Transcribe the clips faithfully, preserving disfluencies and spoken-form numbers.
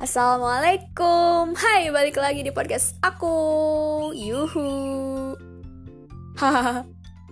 Assalamualaikum. Hai, balik lagi di podcast aku. Yuhu. Hahaha.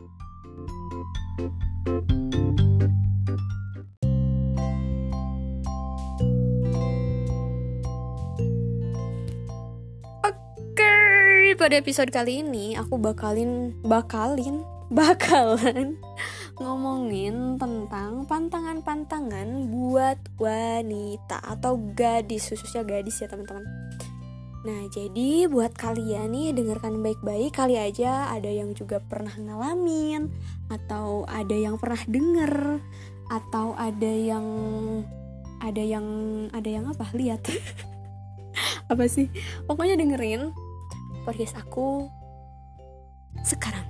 Oke, pada episode kali ini aku bakalin bakalin bakalan ngomongin tentang pantangan-pantangan buat wanita atau gadis, khususnya gadis ya teman-teman. Nah, jadi buat kalian nih dengarkan baik-baik, kali aja ada yang juga pernah ngalamin, atau ada yang pernah denger, atau ada yang ada yang ada yang apa? Lihat. Apa sih? Pokoknya dengerin podcast aku sekarang.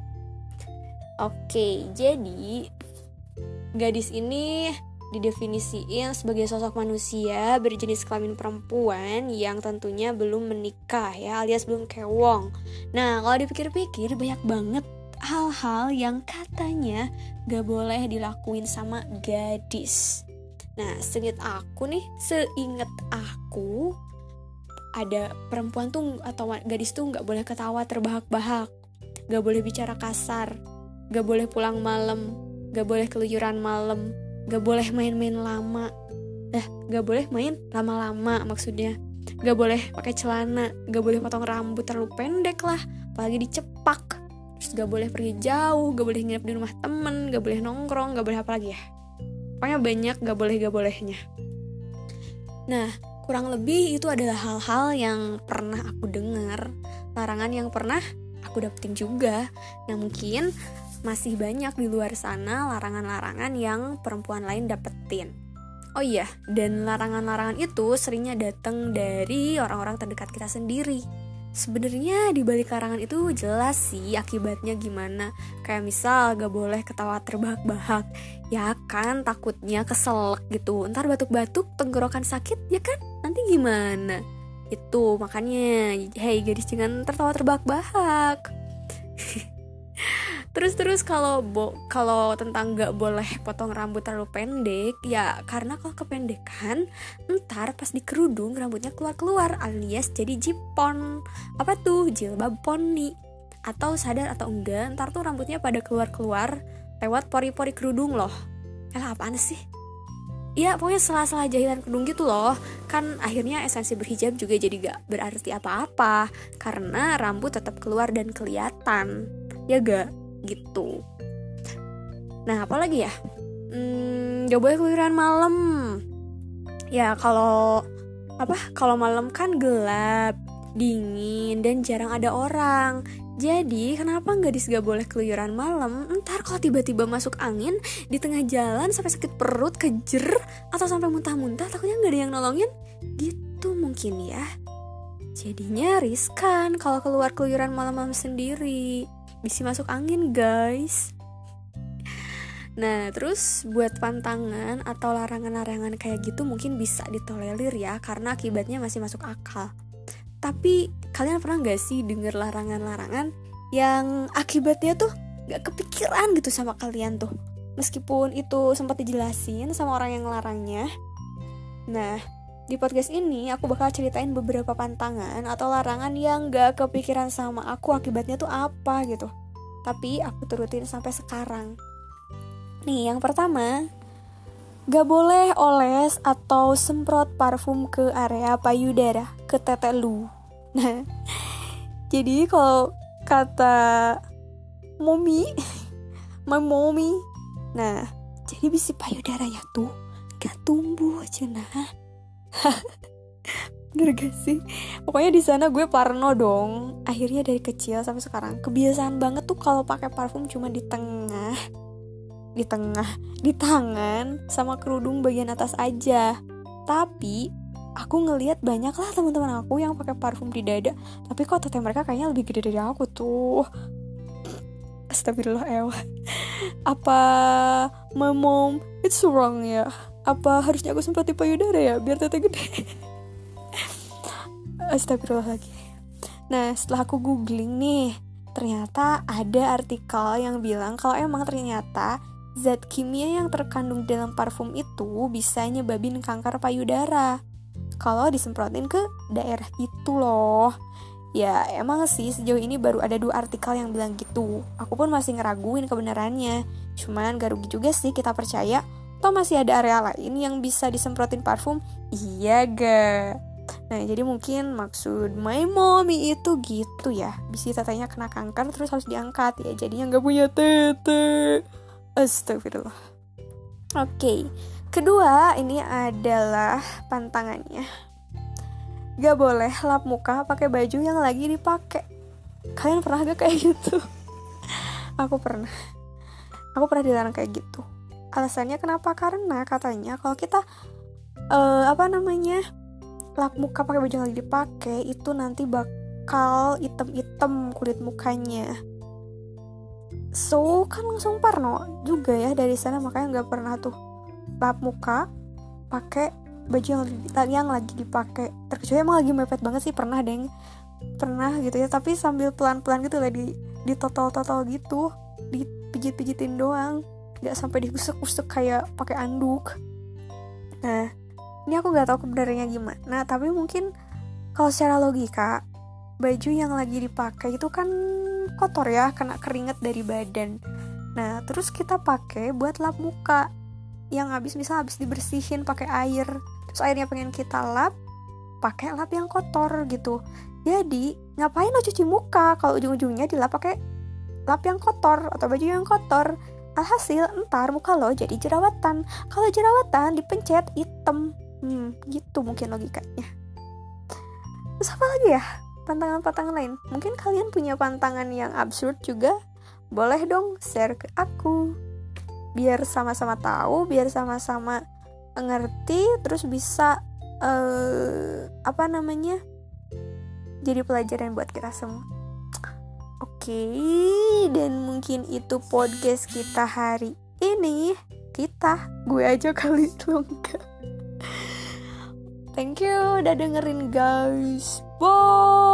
Oke, jadi gadis ini didefinisikan sebagai sosok manusia berjenis kelamin perempuan yang tentunya belum menikah ya, alias belum kewong. Nah, kalau dipikir-pikir banyak banget hal-hal yang katanya gak boleh dilakuin sama gadis. Nah, seinget aku nih, seinget aku ada perempuan tuh atau gadis tuh gak boleh ketawa terbahak-bahak, gak boleh bicara kasar, gak boleh pulang malam, gak boleh keluyuran malam, gak boleh main-main lama, eh gak boleh main lama-lama maksudnya, gak boleh pakai celana, gak boleh potong rambut terlalu pendek lah, apalagi dicepak, terus gak boleh pergi jauh, gak boleh nginep di rumah temen, gak boleh nongkrong, gak boleh apa lagi ya, pokoknya banyak gak boleh gak bolehnya. Nah, kurang lebih itu adalah hal-hal yang pernah aku dengar, larangan yang pernah aku dapetin juga. Nah, mungkin masih banyak di luar sana larangan-larangan yang perempuan lain dapetin. Oh iya, dan larangan-larangan itu seringnya datang dari orang-orang terdekat kita sendiri. Sebenarnya di balik larangan itu jelas sih akibatnya gimana. Kayak misal gak boleh ketawa terbahak-bahak, ya kan takutnya keselak gitu, ntar batuk-batuk tenggorokan sakit ya kan, nanti gimana. Itu makanya, hey gadis jangan tertawa terbahak-bahak. Terus-terus kalau bo- kalau tentang gak boleh potong rambut terlalu pendek, ya karena kalau kependekan ntar pas di kerudung rambutnya keluar-keluar alias jadi jipon. Apa tuh? Jilbab poni. Atau sadar atau enggak, ntar tuh rambutnya pada keluar-keluar lewat pori-pori kerudung loh. Elah apaan sih? Ya pokoknya sela-sela jahitan kerudung gitu loh. Kan akhirnya esensi berhijab juga jadi gak berarti apa-apa, karena rambut tetap keluar dan kelihatan. Ya gak? Gitu. Nah, apalagi ya? Hmm, gak boleh keluyuran malam. Ya kalau apa? Kalau malam kan gelap, dingin, dan jarang ada orang. Jadi kenapa gadis gak boleh keluyuran malam? Ntar kalau tiba-tiba masuk angin di tengah jalan sampai sakit perut, kejer, atau sampai muntah-muntah, takutnya gak ada yang nolongin. Gitu mungkin ya. Jadinya riskan kalau keluar keluyuran malam-malam sendiri. Bisa masuk angin guys. Nah, terus buat pantangan atau larangan-larangan kayak gitu mungkin bisa ditolerir ya, karena akibatnya masih masuk akal. Tapi kalian pernah gak sih denger larangan-larangan yang akibatnya tuh gak kepikiran gitu sama kalian tuh, meskipun itu sempat dijelasin sama orang yang ngelarangnya. Nah, di podcast ini aku bakal ceritain beberapa pantangan atau larangan yang gak kepikiran sama aku akibatnya tuh apa gitu, tapi aku turutin sampai sekarang. Nih, yang pertama, gak boleh oles atau semprot parfum ke area payudara, ke tete lu. Nah, jadi kalau kata mommy, my mommy, nah, jadi bisi payudara ya tuh gak tumbuh cenah. Bener gak sih? Pokoknya di sana gue parno dong. Akhirnya dari kecil sampai sekarang kebiasaan banget tuh kalau pakai parfum cuma di tengah, di tengah, di tangan sama kerudung bagian atas aja. Tapi aku ngelihat banyak lah teman-teman aku yang pakai parfum di dada, tapi kok tete mereka kayaknya lebih gede dari aku tuh. Astagfirullah ewa. Apa my mom it's wrong ya? Apa harusnya aku semprot di payudara ya biar tete gede? Astagfirullah lagi. Nah, setelah aku googling nih, ternyata ada artikel yang bilang kalau emang ternyata zat kimia yang terkandung dalam parfum itu bisa nyebabin kanker payudara. kalau disemprotin ke daerah itu loh. Ya emang sih sejauh ini baru ada dua artikel yang bilang gitu. Aku pun masih ngeraguin kebenarannya. Cuman gak rugi juga sih kita percaya. Toh masih ada area lain yang bisa disemprotin parfum. Iya ga? Nah jadi mungkin maksud my mommy itu gitu ya. Bisi tetenya kena kanker terus harus diangkat ya. Jadinya gak punya tete. Astagfirullah. Oke okay. Kedua ini adalah pantangannya. Gak boleh lap muka pakai baju yang lagi dipakai. Kalian pernah gak kayak gitu? Aku pernah. Aku pernah dilarang kayak gitu. Alasannya kenapa? Karena katanya kalau kita uh, apa namanya lap muka pakai baju yang lagi dipakai itu nanti bakal item-item kulit mukanya. So kan langsung parno juga ya dari sana, makanya nggak pernah tuh lap muka pakai baju yang, yang lagi dipakai. Terkecuali emang lagi mepet banget sih, pernah deng pernah gitu ya, tapi sambil pelan-pelan gitu lah, di ditotol-totol gitu, dipijit-pijitin doang, nggak sampai diusuk-usuk kayak pakai anduk. Nah ini aku nggak tahu kebenarannya gimana, tapi mungkin kalau secara logika baju yang lagi dipakai itu kan kotor ya, kena keringat dari badan. Nah terus kita pakai buat lap muka yang habis misal habis dibersihin pakai air, terus airnya pengen kita lap pakai lap yang kotor gitu. Jadi ngapain lo cuci muka kalau ujung-ujungnya dilap pakai lap yang kotor atau baju yang kotor? Alhasil ntar muka lo jadi jerawatan. Kalau jerawatan dipencet hitam. Hmm, gitu mungkin logikanya. Terus apa lagi ya? Pantangan-pantangan lain. Mungkin kalian punya pantangan yang absurd juga. Boleh dong share ke aku. Biar sama-sama tahu, biar sama-sama ngerti, terus bisa uh, apa namanya jadi pelajaran buat kita semua. Oke, okay, dan mungkin itu podcast kita hari ini. Kita, gue aja kali lo enggak. Thank you udah dengerin guys. Bye.